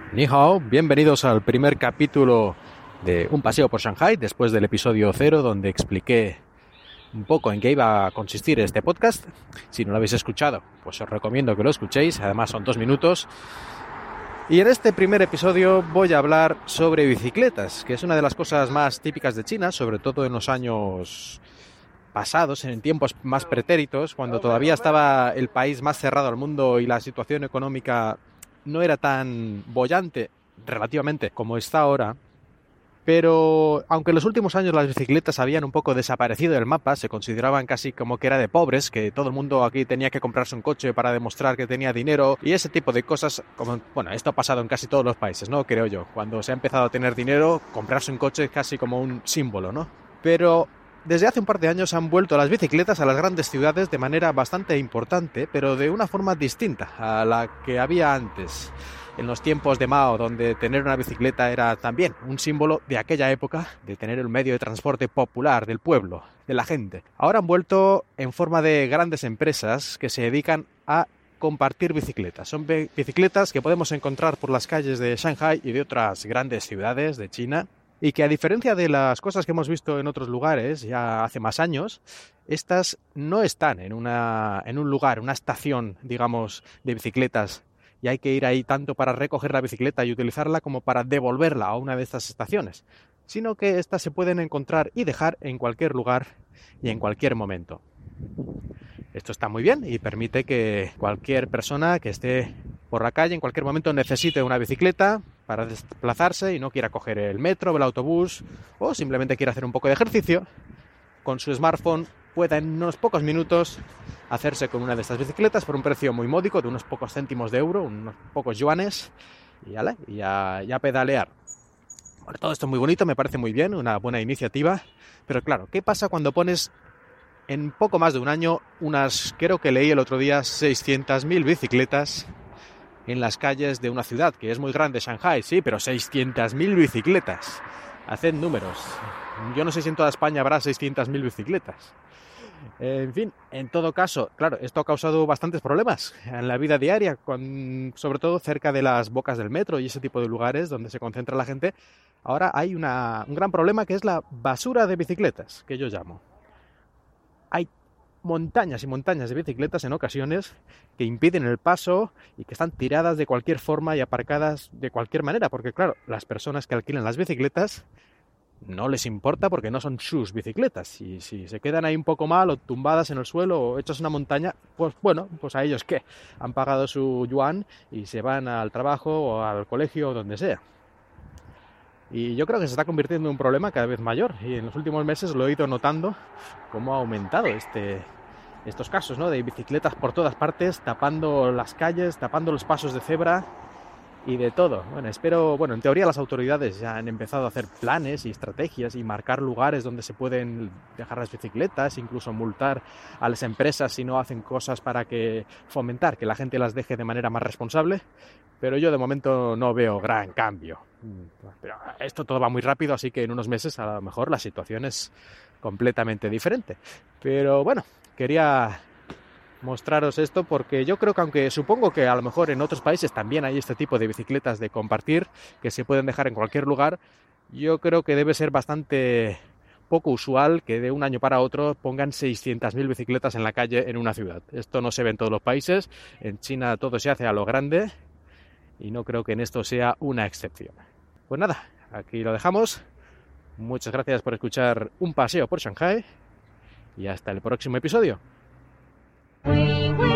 Ni hao, bienvenidos al primer capítulo de Un paseo por Shanghai, después del episodio 0, donde expliqué un poco en qué iba a consistir este podcast. Si no lo habéis escuchado, pues os recomiendo que lo escuchéis, además son 2 minutos. Y en este primer episodio voy a hablar sobre bicicletas, que es una de las cosas más típicas de China, sobre todo en los años pasados, en tiempos más pretéritos, cuando todavía estaba el país más cerrado al mundo y la situación económica no era tan boyante relativamente como está ahora. Pero aunque en los últimos años las bicicletas habían un poco desaparecido del mapa, se consideraban casi como que era de pobres, que todo el mundo aquí tenía que comprarse un coche para demostrar que tenía dinero y ese tipo de cosas, como, bueno, esto ha pasado en casi todos los países, ¿no? Creo yo. Cuando se ha empezado a tener dinero, comprarse un coche es casi como un símbolo, ¿no? Pero desde hace un par de años han vuelto las bicicletas a las grandes ciudades de manera bastante importante, pero de una forma distinta a la que había antes. En los tiempos de Mao, donde tener una bicicleta era también un símbolo de aquella época, de tener el medio de transporte popular del pueblo, de la gente. Ahora han vuelto en forma de grandes empresas que se dedican a compartir bicicletas. Son bicicletas que podemos encontrar por las calles de Shanghai y de otras grandes ciudades de China, y que a diferencia de las cosas que hemos visto en otros lugares ya hace más años, estas no están en un lugar, una estación, digamos, de bicicletas, y hay que ir ahí tanto para recoger la bicicleta y utilizarla como para devolverla a una de estas estaciones, sino que estas se pueden encontrar y dejar en cualquier lugar y en cualquier momento. Esto está muy bien y permite que cualquier persona que esté por la calle en cualquier momento necesite una bicicleta para desplazarse y no quiera coger el metro o el autobús o simplemente quiera hacer un poco de ejercicio, con su smartphone pueda en unos pocos minutos hacerse con una de estas bicicletas por un precio muy módico de unos pocos céntimos de euro, unos pocos yuanes, y ya pedalear. Bueno, todo esto es muy bonito, me parece muy bien, una buena iniciativa, pero claro, ¿qué pasa cuando pones en poco más de un año creo que leí el otro día, 600.000 bicicletas en las calles de una ciudad que es muy grande, Shanghai, sí, pero 600.000 bicicletas? Haced números. Yo no sé si en toda España habrá 600.000 bicicletas. En fin, en todo caso, claro, esto ha causado bastantes problemas en la vida diaria, sobre todo cerca de las bocas del metro y ese tipo de lugares donde se concentra la gente. Ahora hay un gran problema que es la basura de bicicletas, que yo llamo. Hay montañas y montañas de bicicletas en ocasiones que impiden el paso y que están tiradas de cualquier forma y aparcadas de cualquier manera, porque claro, las personas que alquilan las bicicletas no les importa porque no son sus bicicletas, y si se quedan ahí un poco mal o tumbadas en el suelo o hechas una montaña, pues bueno, pues a ellos qué, han pagado su yuan y se van al trabajo o al colegio o donde sea. Y yo creo que se está convirtiendo en un problema cada vez mayor, y en los últimos meses lo he ido notando cómo ha aumentado estos casos, ¿no? De bicicletas por todas partes, tapando las calles, tapando los pasos de cebra y de todo. Bueno, en teoría las autoridades ya han empezado a hacer planes y estrategias y marcar lugares donde se pueden dejar las bicicletas, incluso multar a las empresas si no hacen cosas para fomentar que la gente las deje de manera más responsable, pero yo de momento no veo gran cambio. Pero esto todo va muy rápido, así que en unos meses a lo mejor la situación es completamente diferente. Pero bueno, quería mostraros esto porque yo creo que, aunque supongo que a lo mejor en otros países también hay este tipo de bicicletas de compartir que se pueden dejar en cualquier lugar, yo creo que debe ser bastante poco usual que de un año para otro pongan 600.000 bicicletas en la calle en una ciudad. Esto no se ve en todos los países, en China todo se hace a lo grande y no creo que en esto sea una excepción. Pues nada, aquí lo dejamos. Muchas gracias por escuchar Un paseo por Shanghai y hasta el próximo episodio. Wee, wee.